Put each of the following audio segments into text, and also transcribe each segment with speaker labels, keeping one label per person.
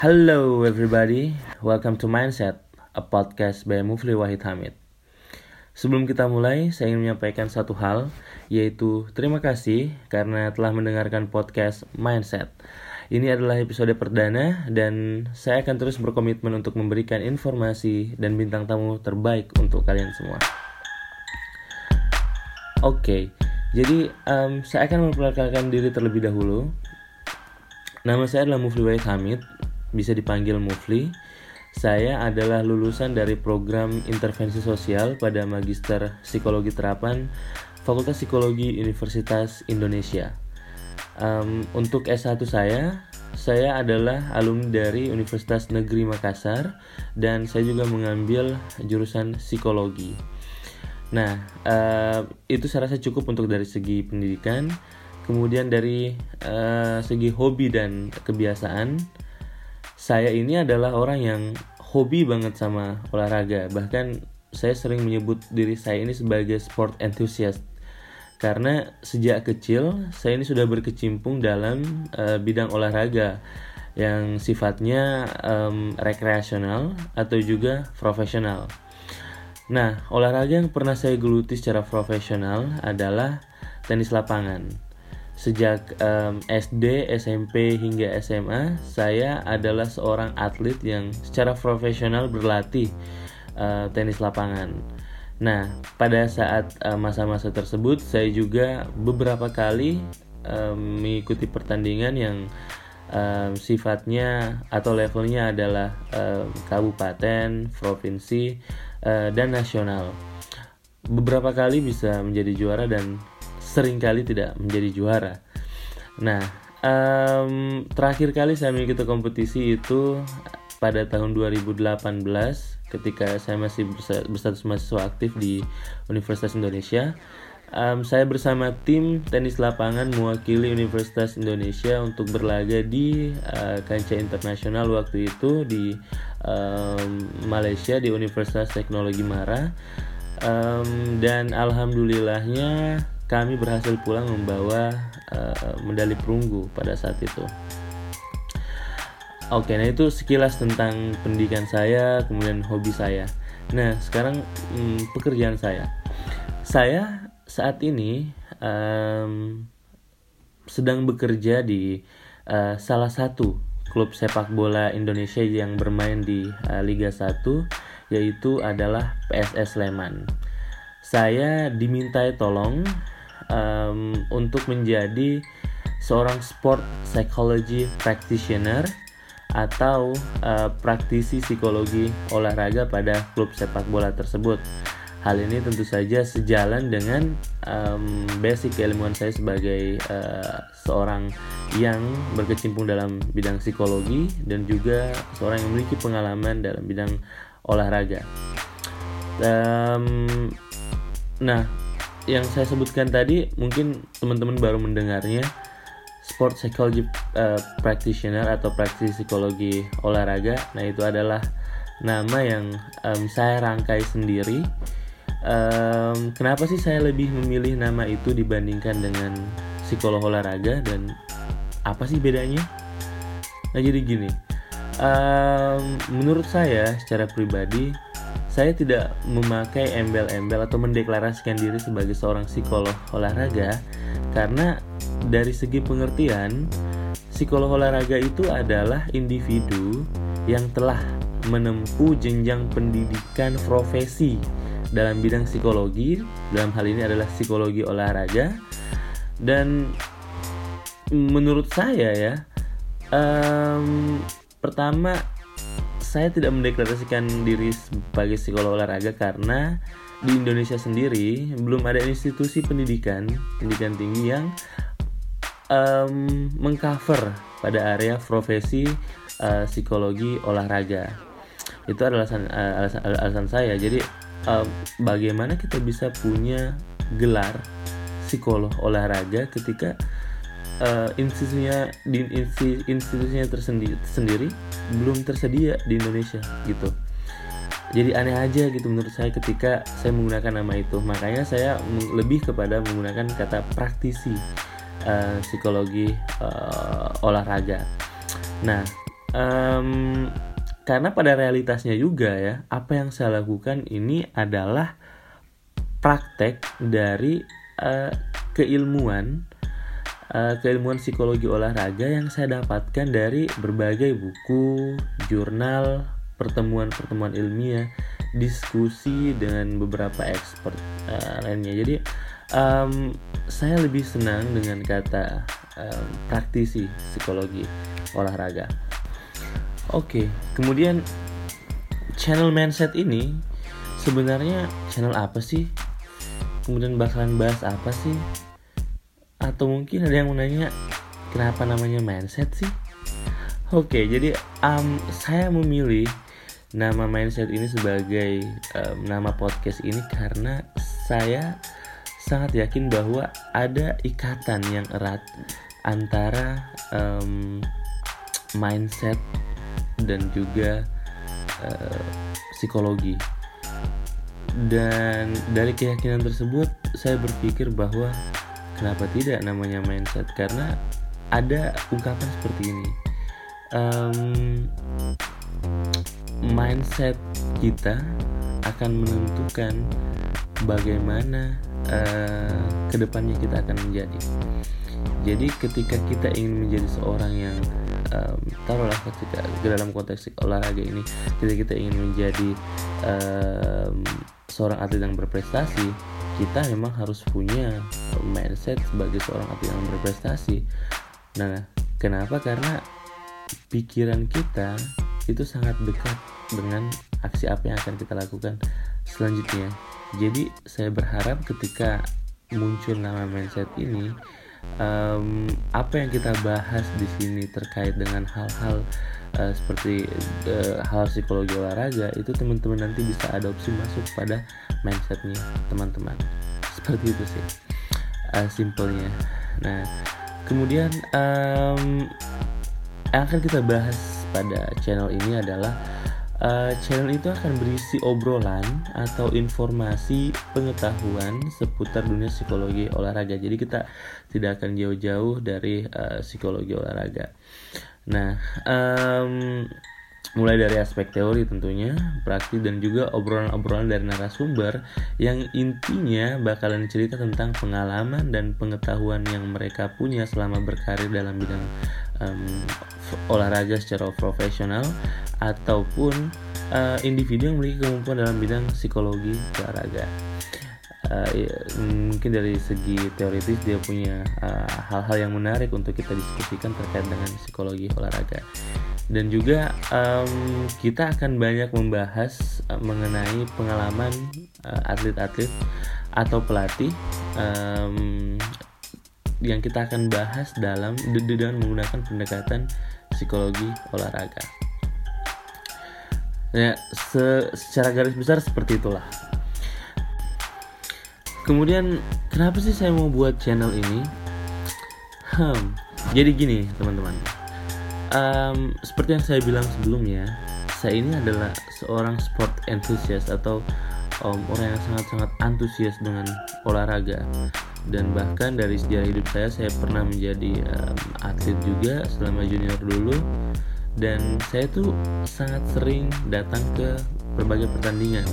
Speaker 1: Hello everybody, welcome to Mindset, a podcast by Mufli Wahid Hamid. Sebelum kita mulai, saya ingin menyampaikan satu hal, yaitu terima kasih karena telah mendengarkan podcast Mindset. Ini adalah episode perdana dan saya akan terus berkomitmen untuk memberikan informasi dan bintang tamu terbaik untuk kalian semua. Oke, jadi saya akan memperkenalkan diri terlebih dahulu. Nama saya adalah Mufli Wahid Hamid, bisa dipanggil Mufli. Saya adalah lulusan dari program intervensi sosial pada Magister Psikologi Terapan Fakultas Psikologi Universitas Indonesia. Untuk S1 saya adalah alumni dari Universitas Negeri Makassar dan saya juga mengambil jurusan psikologi. Nah, itu saya rasa cukup untuk dari segi pendidikan. Kemudian dari segi hobi dan kebiasaan, saya ini adalah orang yang hobi banget sama olahraga. Bahkan saya sering menyebut diri saya ini sebagai sport enthusiast. Karena sejak kecil saya ini sudah berkecimpung dalam bidang olahraga yang sifatnya rekreasional atau juga profesional. Nah, olahraga yang pernah saya geluti secara profesional adalah tenis lapangan. Sejak SD, SMP, hingga SMA, saya adalah seorang atlet yang secara profesional berlatih tenis lapangan. Nah, pada saat masa-masa tersebut, saya juga beberapa kali mengikuti pertandingan yang sifatnya atau levelnya adalah kabupaten, provinsi, dan nasional. Beberapa kali bisa menjadi juara dan seringkali tidak menjadi juara. Nah, terakhir kali saya mengikuti kompetisi itu pada tahun 2018 ketika saya masih berstatus mahasiswa aktif di Universitas Indonesia. Saya bersama tim tenis lapangan mewakili Universitas Indonesia untuk berlaga di kancah internasional waktu itu di Malaysia di Universitas Teknologi Mara. Dan alhamdulillahnya kami berhasil pulang membawa medali perunggu pada saat itu. Oke, nah itu sekilas tentang pendidikan saya, kemudian hobi saya. Nah, sekarang pekerjaan saya. Saya saat ini sedang bekerja di salah satu klub sepak bola Indonesia yang bermain di Liga 1, yaitu adalah PSS Sleman. Saya dimintai tolong untuk menjadi seorang sport psychology practitioner atau praktisi psikologi olahraga pada klub sepak bola tersebut. Hal ini tentu saja sejalan dengan basic keilmuan saya sebagai seorang yang berkecimpung dalam bidang psikologi dan juga seorang yang memiliki pengalaman dalam bidang olahraga. Nah, yang saya sebutkan tadi mungkin teman-teman baru mendengarnya, sport psychology practitioner atau praktisi psikologi olahraga. Nah, itu adalah nama yang saya rangkai sendiri. Kenapa sih saya lebih memilih nama itu dibandingkan dengan psikolog olahraga dan apa sih bedanya? Nah, jadi gini, menurut saya secara pribadi, saya tidak memakai embel-embel atau mendeklarasikan diri sebagai seorang psikolog olahraga karena dari segi pengertian, psikolog olahraga itu adalah individu yang telah menempuh jenjang pendidikan profesi dalam bidang psikologi, dalam hal ini adalah psikologi olahraga. Dan menurut saya ya, pertama, saya tidak mendeklarasikan diri sebagai psikolog olahraga karena di Indonesia sendiri belum ada institusi pendidikan tinggi yang mengcover pada area profesi psikologi olahraga. Itu adalah alasan saya. Jadi bagaimana kita bisa punya gelar psikolog olahraga ketika institusinya tersendiri belum tersedia di Indonesia gitu. Jadi aneh aja gitu menurut saya ketika saya menggunakan nama itu. Makanya saya lebih kepada menggunakan kata praktisi psikologi olahraga. Nah, Karena pada realitasnya juga ya, apa yang saya lakukan ini adalah praktek dari keilmuan psikologi olahraga yang saya dapatkan dari berbagai buku, jurnal, pertemuan-pertemuan ilmiah, diskusi dengan beberapa expert lainnya. Jadi saya lebih senang dengan kata praktisi psikologi olahraga. Oke, kemudian channel mindset ini sebenarnya channel apa sih? Kemudian bakalan bahas apa sih? Atau mungkin ada yang mau nanya, kenapa namanya mindset sih? Oke, jadi saya memilih nama mindset ini sebagai nama podcast ini karena saya sangat yakin bahwa ada ikatan yang erat antara mindset dan juga psikologi. Dan dari keyakinan tersebut saya berpikir bahwa kenapa tidak namanya mindset, karena ada ungkapan seperti ini, mindset kita akan menentukan bagaimana kedepannya kita akan menjadi. Jadi ketika kita ingin menjadi seorang yang taruhlah ketika dalam konteks olahraga ini, ketika kita ingin menjadi seorang atlet yang berprestasi, kita memang harus punya mindset sebagai seorang atlet yang berprestasi. Nah, kenapa? Karena pikiran kita itu sangat dekat dengan aksi apa yang akan kita lakukan selanjutnya. Jadi saya berharap ketika muncul nama mindset ini, apa yang kita bahas di sini terkait dengan hal-hal seperti hal psikologi olahraga itu teman-teman nanti bisa adopsi masuk pada mindsetnya teman-teman. Seperti itu sih simpelnya. Nah, kemudian yang akan kita bahas pada channel ini adalah channel itu akan berisi obrolan atau informasi pengetahuan seputar dunia psikologi olahraga. Jadi kita tidak akan jauh-jauh dari psikologi olahraga. Nah, mulai dari aspek teori tentunya, praktis, dan juga obrolan-obrolan dari narasumber yang intinya bakalan cerita tentang pengalaman dan pengetahuan yang mereka punya selama berkarir dalam bidang olahraga secara profesional, ataupun individu yang memiliki kemampuan dalam bidang psikologi olahraga. Mungkin dari segi teoritis dia punya hal-hal yang menarik untuk kita diskusikan terkait dengan psikologi olahraga. Dan juga kita akan banyak membahas mengenai pengalaman atlet-atlet atau pelatih yang kita akan bahas dengan menggunakan pendekatan psikologi olahraga. Ya, secara garis besar seperti itulah. Kemudian kenapa sih saya mau buat channel ini? Jadi gini teman-teman, seperti yang saya bilang sebelumnya, saya ini adalah seorang sport enthusiast atau orang yang sangat-sangat antusias dengan olahraga. Dan bahkan dari sejarah hidup saya pernah menjadi atlet juga selama junior dulu. Dan saya tuh sangat sering datang ke berbagai pertandingan,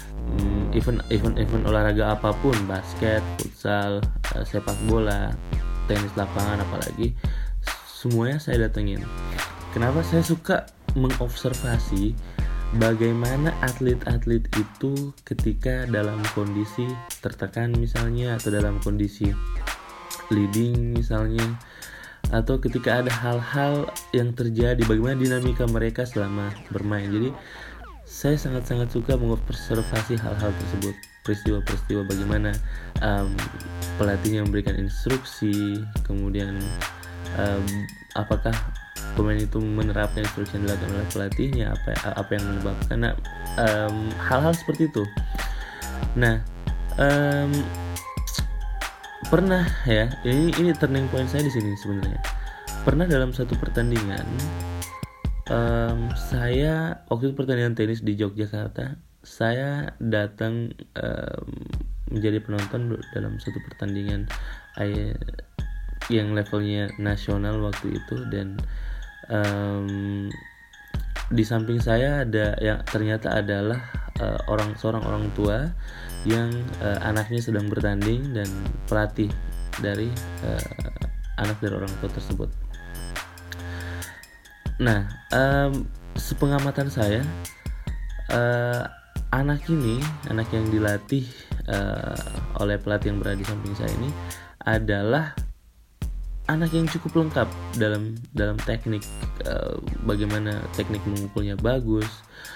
Speaker 1: event olahraga apapun, basket, futsal, sepak bola, tenis lapangan, apalagi semuanya saya datengin. Kenapa? Saya suka mengobservasi bagaimana atlet-atlet itu ketika dalam kondisi tertekan misalnya, atau dalam kondisi leading misalnya, atau ketika ada hal-hal yang terjadi, bagaimana dinamika mereka selama bermain. Jadi saya sangat-sangat suka mengobservasi hal-hal tersebut, peristiwa-peristiwa bagaimana pelatihnya memberikan instruksi, kemudian apakah pemain itu menerapkan instruksi yang dilakukan oleh pelatihnya, apa yang menyebabkan hal-hal seperti itu. Nah, pernah ya, ini turning point saya di sini sebenarnya. Pernah dalam satu pertandingan, saya waktu itu pertandingan tenis di Yogyakarta, saya datang menjadi penonton dalam satu pertandingan yang levelnya nasional waktu itu. Dan di samping saya ada yang ternyata adalah seorang orang tua yang anaknya sedang bertanding dan pelatih dari anak dari orang tua tersebut. Nah, sepengamatan saya, anak yang dilatih oleh pelatih yang berada di samping saya ini adalah anak yang cukup lengkap dalam teknik, bagaimana teknik memukulnya bagus,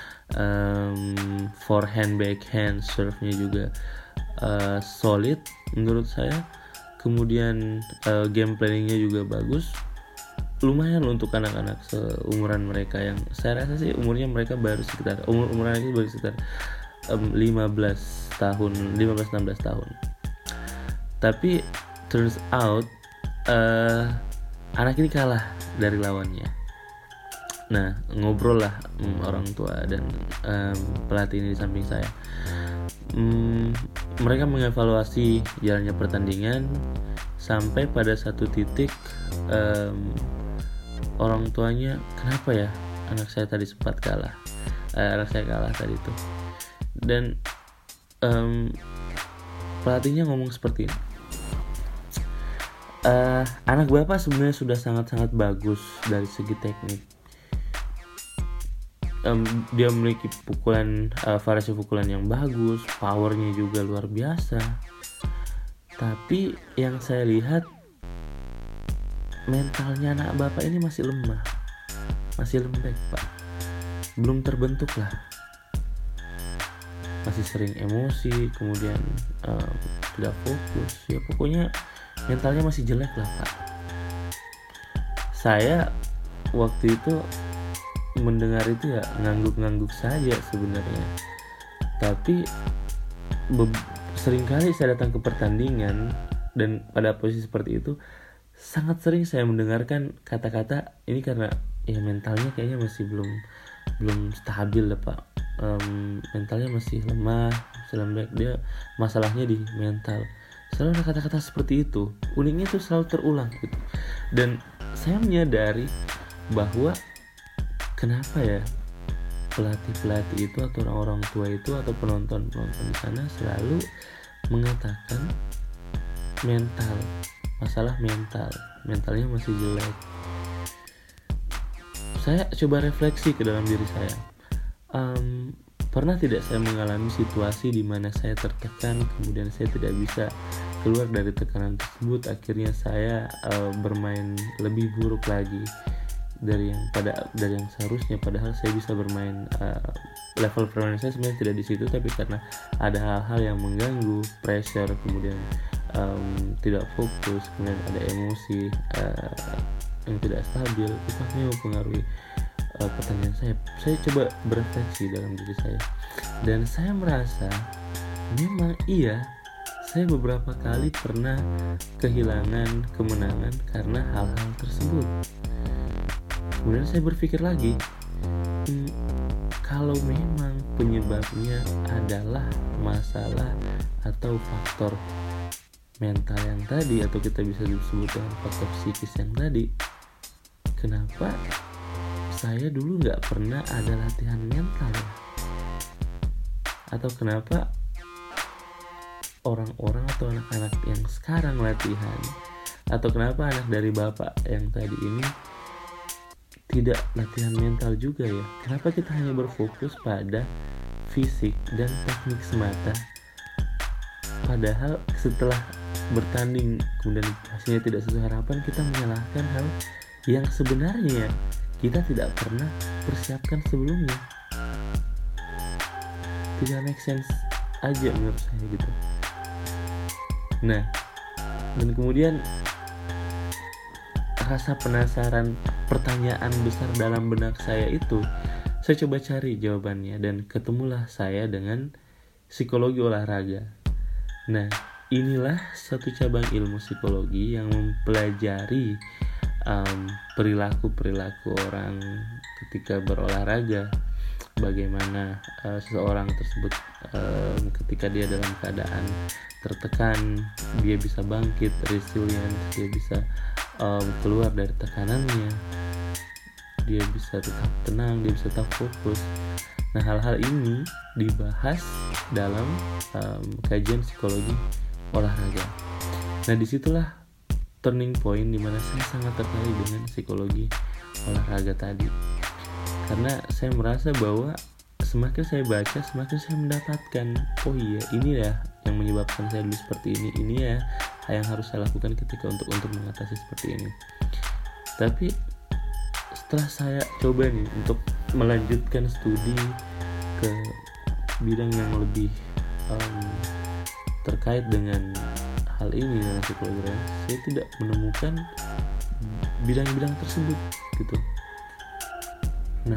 Speaker 1: forehand, backhand, serve-nya juga solid menurut saya. Kemudian game planningnya juga bagus. Lumayan untuk anak-anak seumuran mereka, yang saya rasa sih umurnya mereka baru sekitar umuran itu baru sekitar 15-16 tahun. Tapi turns out anak ini kalah dari lawannya. Nah, ngobrol lah orang tua dan pelatih ini di samping saya. Mereka mengevaluasi jalannya pertandingan sampai pada satu titik orang tuanya, kenapa ya anak saya tadi sempat kalah, anak saya kalah tadi itu. Dan pelatihnya ngomong seperti ini, anak bapak sebenarnya sudah sangat-sangat bagus dari segi teknik. Dia memiliki variasi pukulan yang bagus, powernya juga luar biasa. Tapi yang saya lihat, mentalnya anak bapak ini masih lemah, masih lembek pak, belum terbentuk lah, masih sering emosi, kemudian tidak fokus, ya pokoknya mentalnya masih jelek lah pak. Saya waktu itu mendengar itu ya ngangguk-ngangguk saja sebenarnya. Tapi seringkali saya datang ke pertandingan dan pada posisi seperti itu sangat sering saya mendengarkan kata-kata ini, karena ya mentalnya kayaknya masih belum stabil lah pak. Mentalnya masih lemah, masih lembek, dia masalahnya di mental. Selalu ada kata-kata seperti itu. Uniknya itu selalu terulang gitu. Dan saya menyadari bahwa kenapa ya pelatih itu atau orang-orang tua itu atau penonton di sana selalu mengatakan mentalnya masih jelek. Saya coba refleksi ke dalam diri saya. Pernah tidak saya mengalami situasi di mana saya tertekan, kemudian saya tidak bisa keluar dari tekanan tersebut, akhirnya saya bermain lebih buruk lagi dari yang seharusnya, padahal saya bisa bermain level permainan saya sebenarnya tidak di situ, tapi karena ada hal-hal yang mengganggu, pressure, kemudian tidak fokus, kemudian ada emosi yang tidak stabil, itu akhirnya mempengaruhi pertandingan saya. Saya coba berefleksi dalam diri saya dan saya merasa memang iya, saya beberapa kali pernah kehilangan kemenangan karena hal-hal tersebut. Kemudian saya berpikir lagi, kalau memang penyebabnya adalah masalah atau faktor mental yang tadi, atau kita bisa disebut dengan faktor psikis yang tadi, kenapa saya dulu nggak pernah ada latihan mental ya? Atau kenapa orang-orang atau anak-anak yang sekarang latihan, atau kenapa anak dari bapak yang tadi ini tidak latihan mental juga ya? Kenapa kita hanya berfokus pada fisik dan teknik semata, padahal setelah bertanding kemudian hasilnya tidak sesuai harapan, kita menyalahkan hal yang sebenarnya kita tidak pernah persiapkan sebelumnya. Tidak make sense aja menurut saya gitu. Nah, dan kemudian rasa penasaran, pertanyaan besar dalam benak saya itu, saya coba cari jawabannya dan ketemulah saya dengan psikologi olahraga. Nah, inilah satu cabang ilmu psikologi yang mempelajari perilaku orang ketika berolahraga, bagaimana seseorang tersebut ketika dia dalam keadaan tertekan, dia bisa bangkit, resilient, dia bisa keluar dari tekanannya. dia bisa tetap tenang, dia bisa tetap fokus. Nah, hal-hal ini dibahas dalam kajian psikologi olahraga. Nah, disitulah turning point dimana saya sangat tertarik dengan psikologi olahraga tadi, karena saya merasa bahwa semakin saya baca, semakin saya mendapatkan, oh iya, ini ya yang menyebabkan saya dulu seperti ini ya yang harus saya lakukan ketika untuk mengatasi seperti ini. Tapi setelah saya coba nih untuk melanjutkan studi ke bidang yang lebih terkait dengan hal ini dengan psikologi, saya tidak menemukan bidang-bidang tersebut gitu. Nah,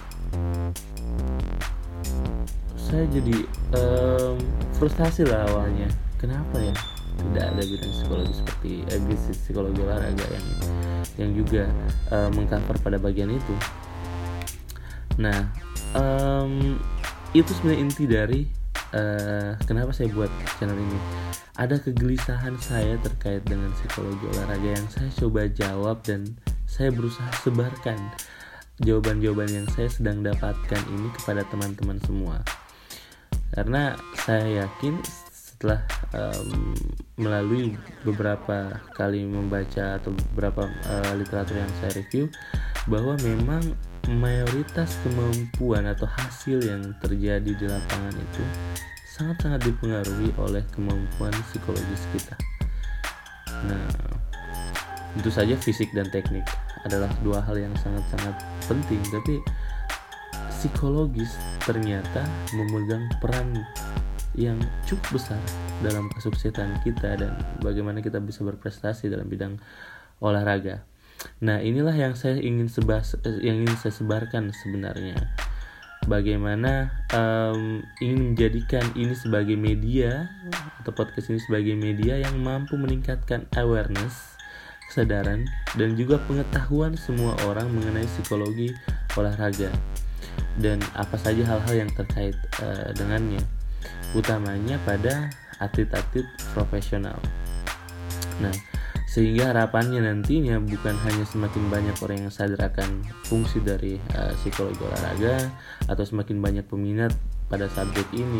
Speaker 1: saya jadi frustasi lah awalnya. Kenapa ya tidak ada bidang psikologi seperti psikologi olahraga yang juga mengcover pada bagian itu. Nah, itu sebenarnya inti dari kenapa saya buat channel ini. Ada kegelisahan saya terkait dengan psikologi olahraga yang saya coba jawab, dan saya berusaha sebarkan jawaban-jawaban yang saya sedang dapatkan ini kepada teman-teman semua. Karena saya yakin setelah melalui beberapa kali membaca atau beberapa literatur yang saya review, bahwa memang mayoritas kemampuan atau hasil yang terjadi di lapangan itu sangat-sangat dipengaruhi oleh kemampuan psikologis kita. Nah, tentu saja fisik dan teknik adalah dua hal yang sangat-sangat penting, tapi psikologis ternyata memegang peran yang cukup besar dalam kesuksesan kita dan bagaimana kita bisa berprestasi dalam bidang olahraga. Nah, inilah yang saya ingin saya sebarkan sebenarnya. Bagaimana ingin menjadikan ini sebagai media atau podcast ini sebagai media yang mampu meningkatkan awareness, kesadaran, dan juga pengetahuan semua orang mengenai psikologi olahraga dan apa saja hal-hal yang terkait dengannya, utamanya pada atlet-atlet profesional. Nah, sehingga harapannya nantinya bukan hanya semakin banyak orang yang sadar akan fungsi dari psikologi olahraga atau semakin banyak peminat pada subjek ini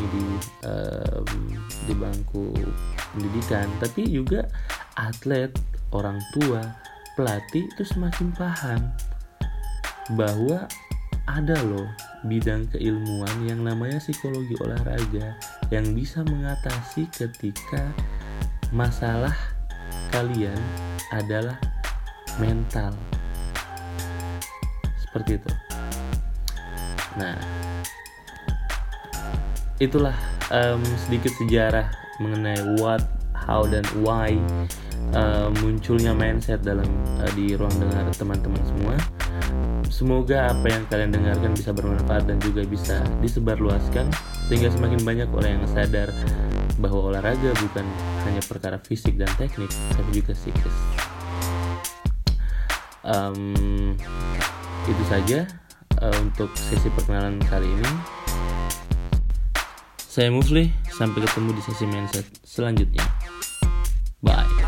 Speaker 1: di bangku pendidikan, tapi juga atlet, orang tua, pelatih itu semakin paham bahwa ada loh bidang keilmuan yang namanya psikologi olahraga yang bisa mengatasi ketika masalah kalian adalah mental, seperti itu. Nah, itulah sedikit sejarah mengenai what, how, dan why munculnya mindset dalam di ruang dengar teman-teman semua. Semoga apa yang kalian dengarkan bisa bermanfaat dan juga bisa disebarluaskan sehingga semakin banyak orang yang sadar bahwa olahraga bukan hanya perkara fisik dan teknik, tapi juga psikis. Itu saja untuk sesi perkenalan kali ini. Saya Mufli, sampai ketemu di sesi mindset selanjutnya. Bye.